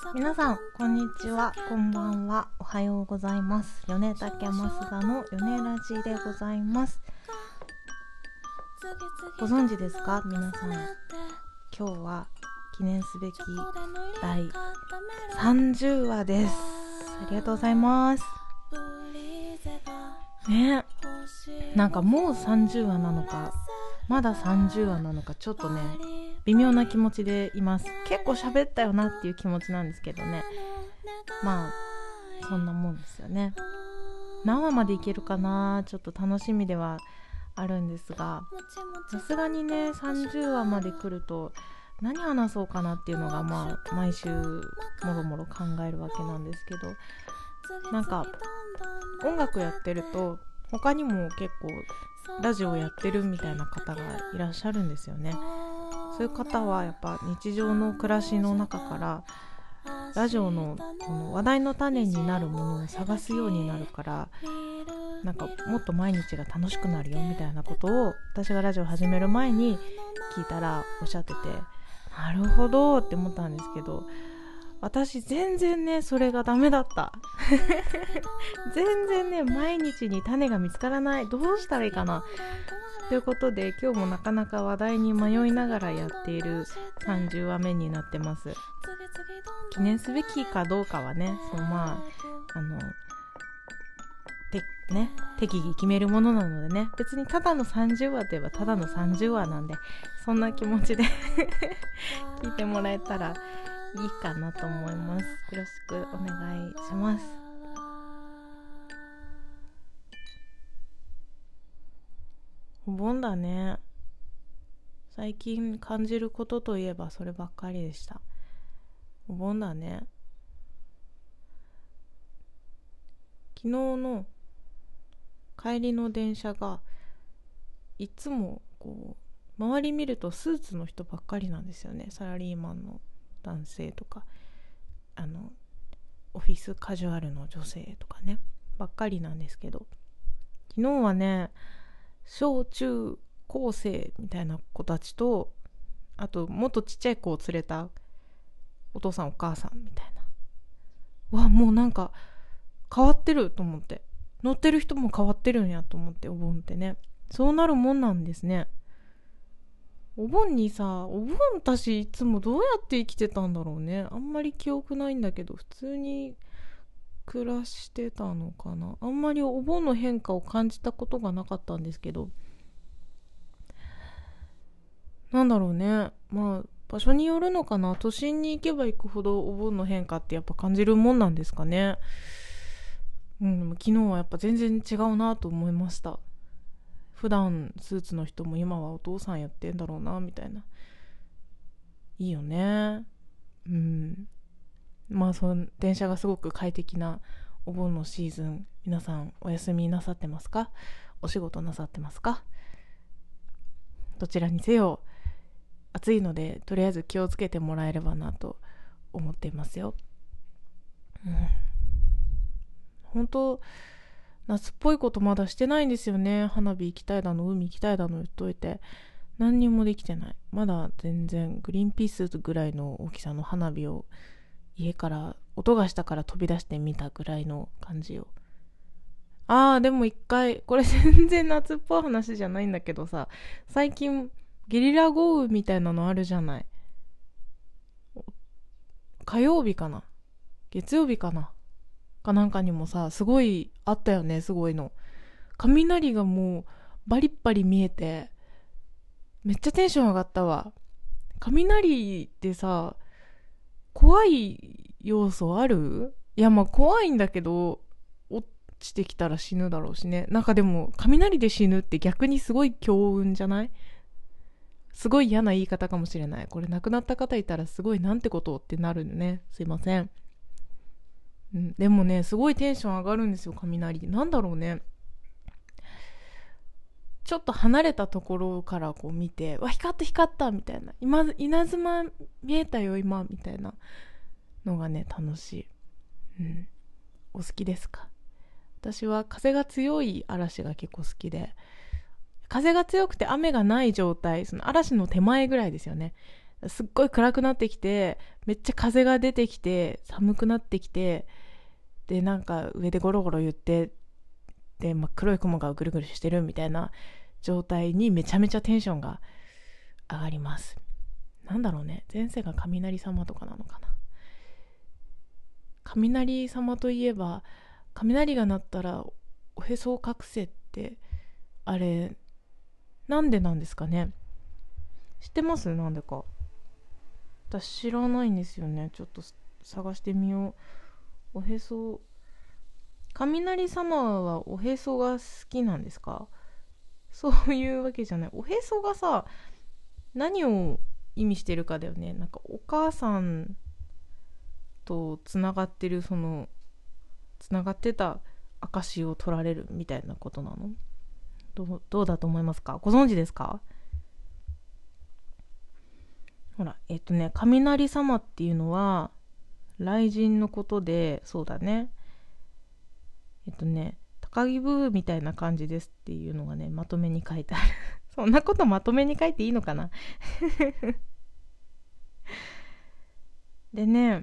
皆さんこんにちは、こんばんは、おはようございます。米竹増田の米ラジでございます。ご存知ですか皆さん、今日は記念すべき第30話です。ありがとうございますね。なんかもう30話なのかまだ30話なのかちょっとね微妙な気持ちでいます。結構喋ったよなっていう気持ちなんですけどね、まあそんなもんですよね。何話までいけるかな、ちょっと楽しみではあるんですが、さすがにね30話まで来ると何話そうかなっていうのが毎週もろもろ考えるわけなんですけど、なんか音楽やってると他にも結構ラジオやってるみたいな方がいらっしゃるんですよね。そういう方はやっぱ日常の暮らしの中からラジオのこの話題の種になるものを探すようになるから、なんかもっと毎日が楽しくなるよみたいなことを私がラジオ始める前に聞いたらおっしゃってて、なるほどって思ったんですけど、私全然ねそれがダメだった全然ね毎日に種が見つからない、どうしたらいいかなということで、今日もなかなか話題に迷いながらやっている30話目になってます。記念すべきかどうかはね、適宜決めるものなのでね、別にただの30話といえばただの30話なんで、そんな気持ちで聞いてもらえたらいいかなと思います。よろしくお願いします。お盆だね。最近感じることといえばそればっかりでした。お盆だね。昨日の帰りの電車がいつもこう周り見るとスーツの人ばっかりなんですよね。サラリーマンの男性とかオフィスカジュアルの女性とかねばっかりなんですけど、昨日はね小中高生みたいな子たちと、あともっとちっちゃい子を連れたお父さんお母さんみたいな、もうなんか変わってると思って、乗ってる人も変わってるんやと思って、お盆ってねそうなるもんなんですね。お盆私いつもどうやって生きてたんだろうね。あんまり記憶ないんだけど、普通に暮らしてたのかな。あんまりお盆の変化を感じたことがなかったんですけど、なんだろうね、場所によるのかな。都心に行けば行くほどお盆の変化ってやっぱ感じるもんなんですかね。昨日はやっぱ全然違うなと思いました。普段スーツの人も今はお父さんやってんだろうなみたいな。いいよね。その電車がすごく快適なお盆のシーズン、皆さんお休みなさってますか？お仕事なさってますか？どちらにせよ暑いのでとりあえず気をつけてもらえればなと思っていますよ。本当夏っぽいことまだしてないんですよね。花火行きたいだの海行きたいだの言っといて何にもできてない。まだ全然グリーンピースぐらいの大きさの花火を家から音がしたから飛び出してみたぐらいの感じよ。でも一回、これ全然夏っぽい話じゃないんだけどさ、最近ゲリラ豪雨みたいなのあるじゃない。火曜日かな月曜日かなかなんかにもさ、すごいあったよね。すごいの雷がもうバリッバリ見えて、めっちゃテンション上がったわ。雷ってさ、怖い要素ある？いや怖いんだけど、落ちてきたら死ぬだろうしね。なんかでも雷で死ぬって逆にすごい強運じゃない？すごい嫌な言い方かもしれない。これ亡くなった方いたらすごいなんてことってなるよね。すいません。でもねすごいテンション上がるんですよ、雷。なんだろうね。ちょっと離れたところからこう見て、光った光ったみたいな、稲妻見えたよ今みたいなのがね楽しい。お好きですか？私は風が強い嵐が結構好きで、風が強くて雨がない状態、その嵐の手前ぐらいですよね。 すっごい暗くなってきて、めっちゃ風が出てきて寒くなってきて、でなんか上でゴロゴロ言って、で真っ黒い雲がぐるぐるしてるみたいな状態にめちゃめちゃテンションが上がります。なんだろうね、前世が雷様とかなのかな。雷様といえば、雷が鳴ったらおへそを隠せって、あれなんでなんですかね。知ってます？なんでか私知らないんですよね。ちょっと探してみよう。おへそ、雷様はおへそが好きなんですか？そういうわけじゃない。おへそがさ、何を意味してるかだよね。なんかお母さんとつながってる、そのつながってた証を取られるみたいなことなの？どうだと思いますか？ご存知ですか？ほら、雷様っていうのは雷神のことで、そうだね。高木ブーみたいな感じですっていうのがね、まとめに書いてある。そんなことまとめに書いていいのかな。でね、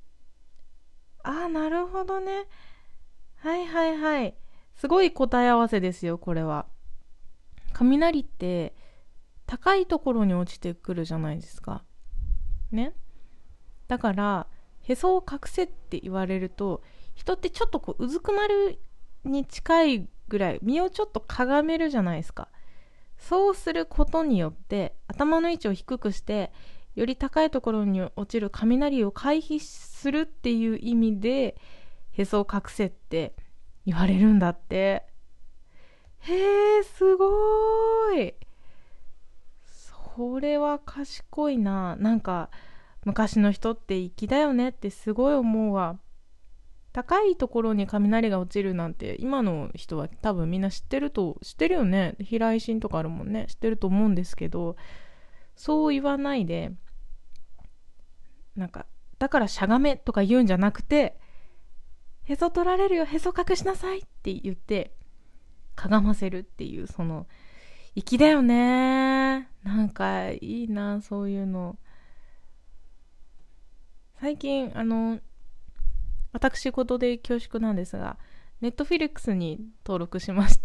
なるほどね。はいはいはい。すごい答え合わせですよ、これは。雷って高いところに落ちてくるじゃないですか。ね。だから、へそを隠せって言われると、人ってちょっとこう、うずくまるに近いぐらい、身をちょっとかがめるじゃないですか。そうすることによって、頭の位置を低くして、より高いところに落ちる雷を回避するっていう意味で、へそを隠せって言われるんだって。へえ、すごーい。それは賢いな。なんか、昔の人って粋だよねってすごい思うわ。高いところに雷が落ちるなんて今の人は多分みんな知ってるよね。飛来神とかあるもんね。知ってると思うんですけど、そう言わないで、なんかだからしゃがめとか言うんじゃなくて、へそ取られるよ、へそ隠しなさいって言ってかがませるっていう、その粋だよね。なんかいいな、そういうの。最近私事で恐縮なんですが、ネットフィリックスに登録しまして、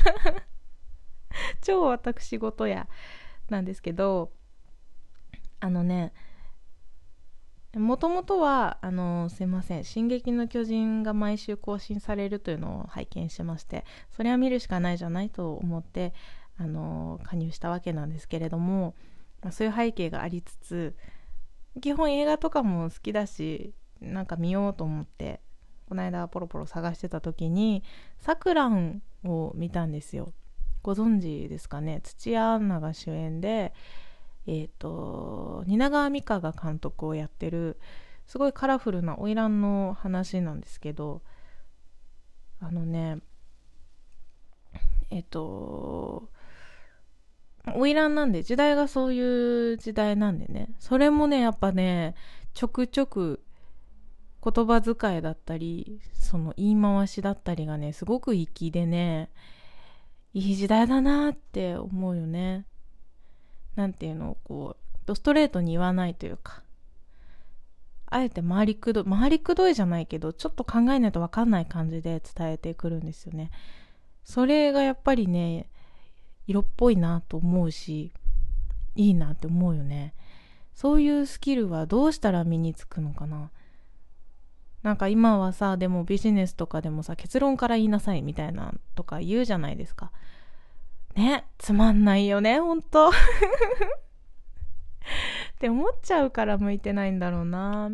超私事やなんですけど、あのね、もともとはすいません、進撃の巨人が毎週更新されるというのを拝見してまして、それは見るしかないじゃないと思って加入したわけなんですけれども、そういう背景がありつつ、基本映画とかも好きだし、なんか見ようと思ってこの間ポロポロ探してた時にさくらんを見たんですよ。ご存知ですかね。土屋アンナが主演で、蜷川実花が監督をやってる、すごいカラフルな花魁の話なんですけど、あのね、花魁なんで、時代がそういう時代なんでね、それもねやっぱね、ちょくちょく言葉遣いだったり、その言い回しだったりがね、すごく粋でね、いい時代だなって思うよね。なんていうのをこうストレートに言わないというか、あえて回りくどいじゃないけど、ちょっと考えないと分かんない感じで伝えてくるんですよね。それがやっぱりね、色っぽいなと思うし、いいなって思うよね。そういうスキルはどうしたら身につくのかな。なんか今はさ、でもビジネスとかでもさ、結論から言いなさいみたいなとか言うじゃないですか。ね、つまんないよね、ほんと。って思っちゃうから向いてないんだろうな。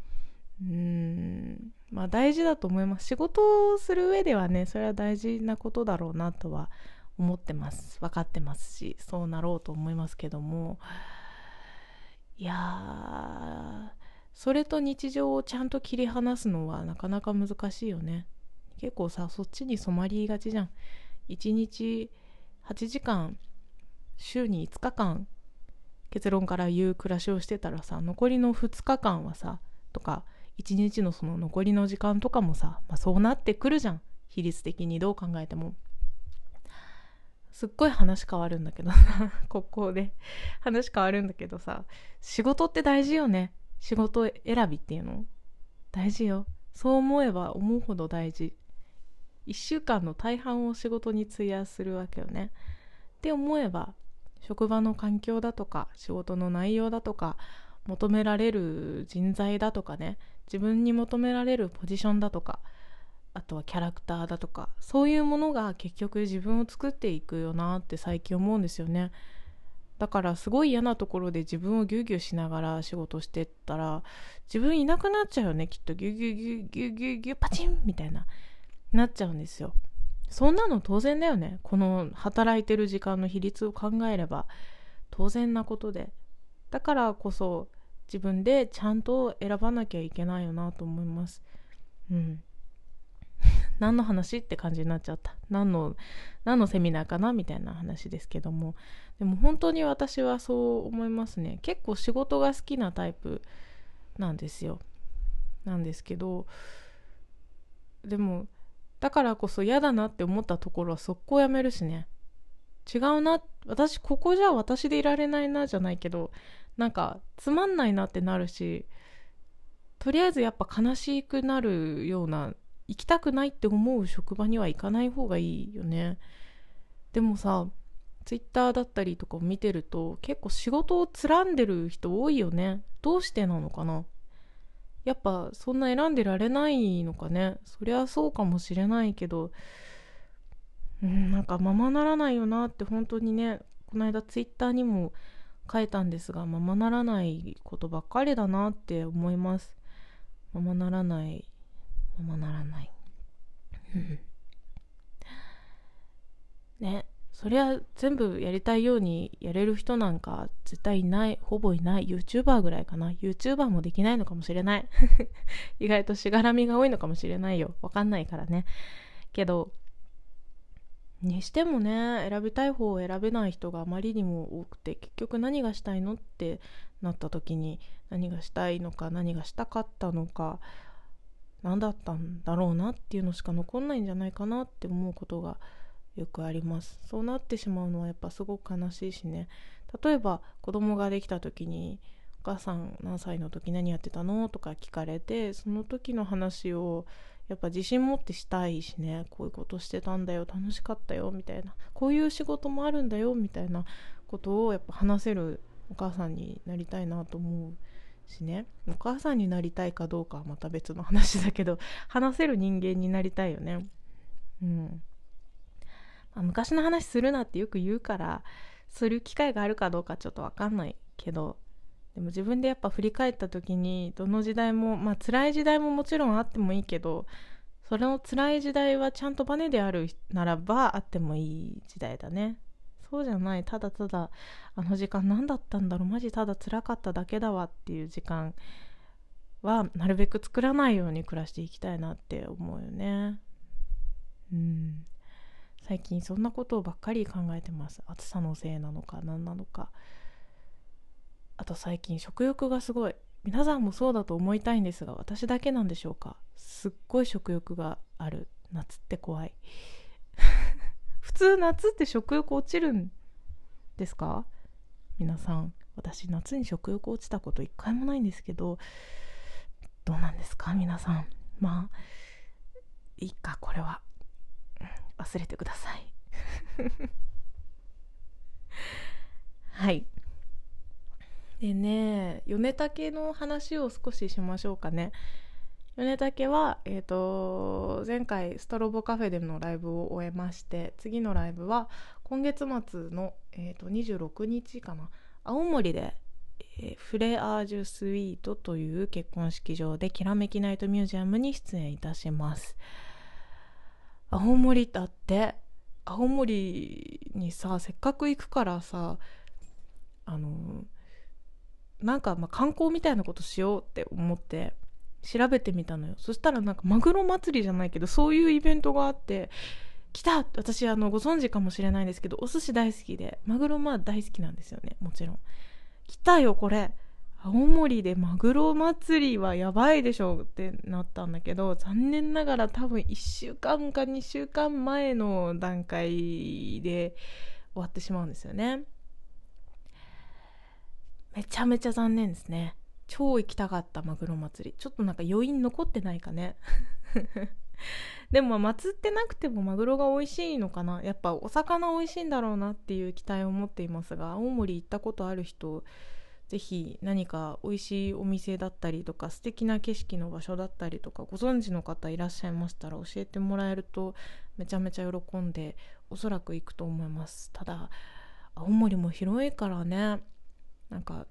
まあ大事だと思います。仕事をする上ではね、それは大事なことだろうなとは思ってます。分かってますし、そうなろうと思いますけども、いやー、それと日常をちゃんと切り離すのはなかなか難しいよね。結構さ、そっちに染まりがちじゃん。1日8時間、週に5日間結論から言う暮らしをしてたらさ、残りの2日間はさ、とか1日のその残りの時間とかもさ、そうなってくるじゃん。比率的にどう考えても。 すっごい話変わるんだけどここで話変わるんだけどさ、仕事って大事よね。仕事選びっていうの大事よ。そう思えば思うほど大事。1週間の大半を仕事に費やするわけよね。って思えば、職場の環境だとか仕事の内容だとか求められる人材だとかね、自分に求められるポジションだとか、あとはキャラクターだとか、そういうものが結局自分を作っていくよなって最近思うんですよね。だからすごい嫌なところで自分をギュギュしながら仕事してったら、自分いなくなっちゃうよね、きっと。ギュギュギュギュギュギュパチンみたいなっちゃうんですよ。そんなの当然だよね。この働いてる時間の比率を考えれば当然なことで、だからこそ自分でちゃんと選ばなきゃいけないよなと思います。何の話って感じになっちゃった。何のセミナーかなみたいな話ですけども、でも本当に私はそう思いますね。結構仕事が好きなタイプなんですよ。なんですけど、でもだからこそ嫌だなって思ったところは速攻やめるしね。違うな、私ここじゃ私でいられないなじゃないけど、なんかつまんないなってなるし、とりあえずやっぱ悲しくなるような、行きたくないって思う職場には行かない方がいいよね。でもさ、ツイッターだったりとかを見てると結構仕事をつらんでる人多いよね。どうしてなのかな。やっぱそんな選んでられないのかね。そりゃそうかもしれないけど、なんかままならないよなって本当にね、この間ツイッターにも書いたんですが、ままならないことばっかりだなって思います。ままならないね。そりゃ全部やりたいようにやれる人なんか絶対いない、ほぼいない。 YouTuber ぐらいかな。 YouTuber もできないのかもしれない意外としがらみが多いのかもしれないよ。わかんないからね。けどにしてもね、選びたい方を選べない人があまりにも多くて、結局何がしたいのってなった時に、何がしたいのか、何がしたかったのか、何だったんだろうなっていうのしか残んないんじゃないかなって思うことがよくあります。そうなってしまうのはやっぱすごく悲しいしね。例えば子供ができた時に、お母さん何歳の時何やってたのとか聞かれて、その時の話をやっぱ自信持ってしたいしね。こういうことしてたんだよ、楽しかったよみたいな、こういう仕事もあるんだよみたいなことをやっぱ話せるお母さんになりたいなと思うしね。お母さんになりたいかどうかはまた別の話だけど、話せる人間になりたいよね。昔の話するなってよく言うから、する機会があるかどうかちょっと分かんないけど、でも自分でやっぱ振り返った時に、どの時代も辛い時代ももちろんあってもいいけど、それの辛い時代はちゃんとバネであるならばあってもいい時代だね。そうじゃない、ただただあの時間何だったんだろう、マジただ辛かっただけだわっていう時間はなるべく作らないように暮らしていきたいなって思うよね。最近そんなことばっかり考えてます。暑さのせいなのか何なのか。あと最近食欲がすごい。皆さんもそうだと思いたいんですが、私だけなんでしょうか。すっごい食欲がある。夏って怖い普通夏って食欲落ちるんですか皆さん。私夏に食欲落ちたこと一回もないんですけど、どうなんですか皆さん。まあいいか、これは忘れてくださいはい。でね、米竹の話を少ししましょうかね。米竹は、前回ストロボカフェでのライブを終えまして、次のライブは今月末の、26日かな、青森で、フレアージュスイートという結婚式場できらめきナイトミュージアムに出演いたします。青森だって、青森にさ、せっかく行くからさ、なんか観光みたいなことしようって思って調べてみたのよ。そしたらなんかマグロ祭りじゃないけど、そういうイベントがあって、来た。私ご存知かもしれないんですけど、お寿司大好きで、マグロ大好きなんですよね。もちろん来たよこれ。 青森でマグロ祭りはやばいでしょってなったんだけど、残念ながら多分1週間か2週間前の段階で終わってしまうんですよね。めちゃめちゃ残念ですね。超行きたかったマグロ祭り。ちょっとなんか余韻残ってないかね。でも祭ってなくてもマグロが美味しいのかな。やっぱお魚美味しいんだろうなっていう期待を持っていますが、青森行ったことある人、ぜひ何か美味しいお店だったりとか素敵な景色の場所だったりとかご存知の方いらっしゃいましたら教えてもらえるとめちゃめちゃ喜んでおそらく行くと思います。ただ青森も広いからね、なんか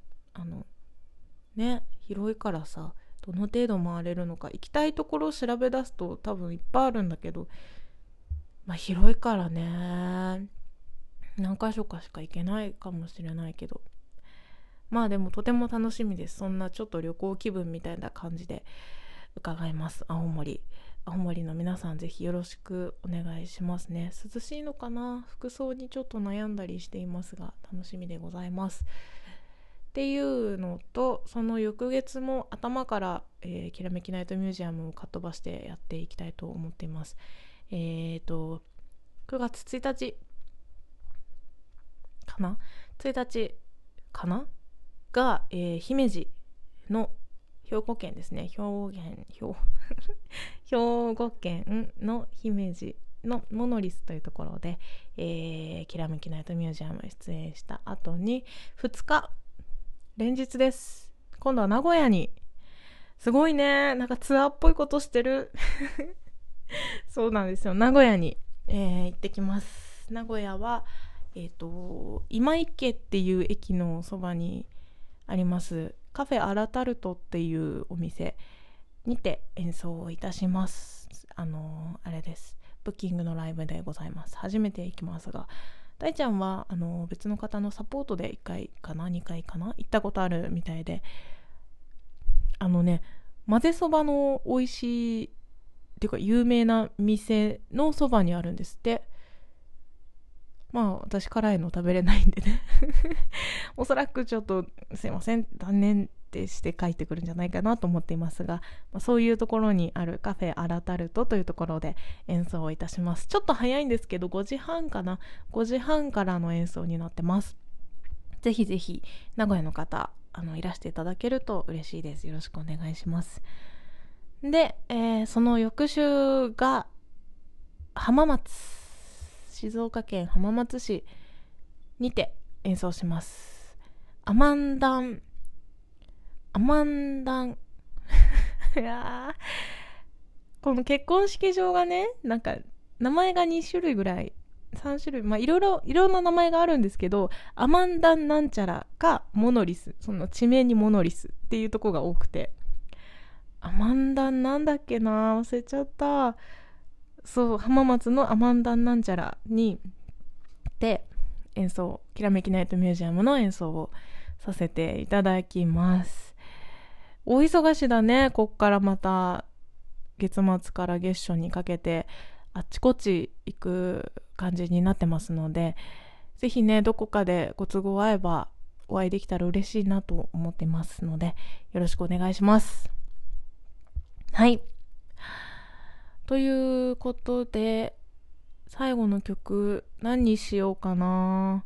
広いからさ、どの程度回れるのか、行きたいところを調べ出すと多分いっぱいあるんだけど、広いからね、何箇所かしか行けないかもしれないけど、でもとても楽しみです。そんなちょっと旅行気分みたいな感じで伺います。青森の皆さんぜひよろしくお願いしますね。涼しいのかな、服装にちょっと悩んだりしていますが楽しみでございますっていうのと、その翌月も頭から、きらめきナイトミュージアムをかっ飛ばしてやっていきたいと思っています。9月1日かな1日かなが、姫路の兵庫県ですね、兵庫県の姫路のモノリスというところで、きらめきナイトミュージアム出演した後に2日連日です。今度は名古屋に、すごいね、なんかツアーっぽいことしてるそうなんですよ、名古屋に、行ってきます。名古屋は今池っていう駅のそばにありますカフェアラタルトっていうお店にて演奏をいたします。あれです、ブッキングのライブでございます。初めて行きますが、大ちゃんは別の方のサポートで1回かな2回かな行ったことあるみたいで、混ぜそばの美味しいっていうか有名な店のそばにあるんですって。私辛いの食べれないんでねおそらくちょっとすいません断念ってして帰ってくるんじゃないかなと思っていますが、そういうところにあるカフェアラタルトというところで演奏をいたします。ちょっと早いんですけど5時半からの演奏になってます。ぜひぜひ名古屋の方いらしていただけると嬉しいです。よろしくお願いします。で、その翌週が静岡県浜松市にて演奏します。アマンダンいやこの結婚式場がね、なんか名前が2種類ぐらい3種類いろんな名前があるんですけど、アマンダンなんちゃらかモノリス、その地名にモノリスっていうとこが多くて、アマンダンなんだっけな、忘れちゃった。そう、浜松のアマンダンなんちゃらにで演奏、きらめきナイトミュージアムの演奏をさせていただきます。大忙しだね。こっからまた月末から月初にかけてあっちこっち行く感じになってますので、ぜひね、どこかでご都合合えばお会いできたら嬉しいなと思ってますので、よろしくお願いします。はい、ということで最後の曲何にしようかな。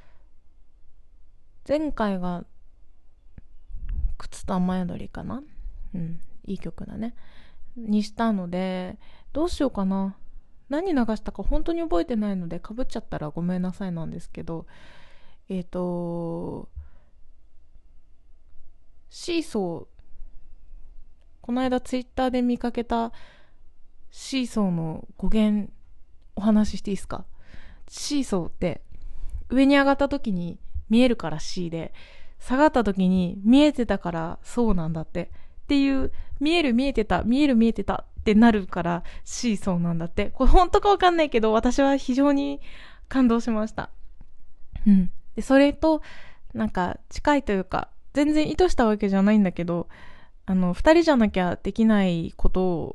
前回が靴と雨宿りかな、いい曲だねにしたので、どうしようかな。何流したか本当に覚えてないのでかぶっちゃったらごめんなさいなんですけど、シーソー、この間ツイッターで見かけたシーソーの語源お話ししていいですか。シーソーって上に上がった時に見えるから C で、下がった時に見えてたからそうなんだっていう、見えてたってなるからシーソーなんだって。これ本当かわかんないけど私は非常に感動しました。でそれとなんか近いというか、全然意図したわけじゃないんだけど、2人じゃなきゃできないこと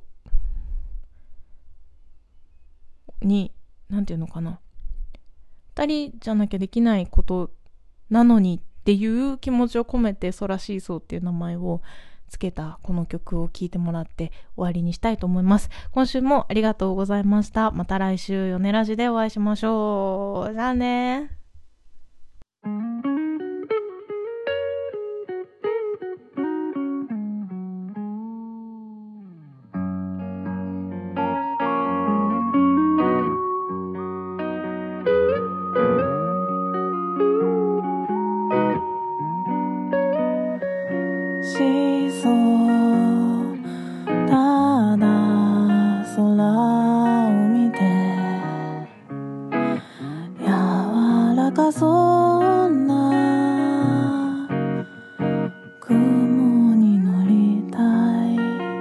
に、なんていうのかな、2人じゃなきゃできないことなのにっっていう気持ちを込めて空シーソーっていう名前をつけたこの曲を聴いてもらって終わりにしたいと思います。今週もありがとうございました。また来週ヨネラジでお会いしましょう。じゃあね。 しそうただ空を見て柔らかそうな雲に乗りたい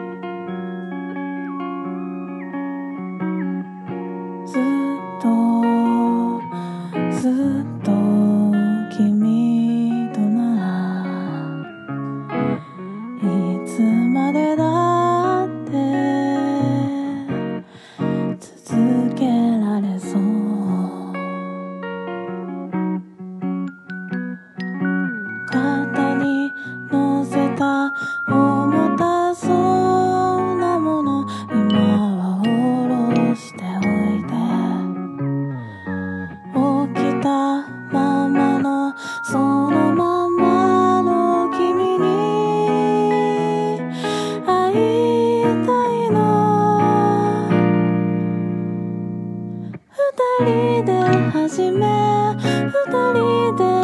ずっと君とならいつまでだって続けられそう肩に乗せた重たそうなもの今は下ろしておいて起きたままのそのままの君に会いたいの二人で始め二人で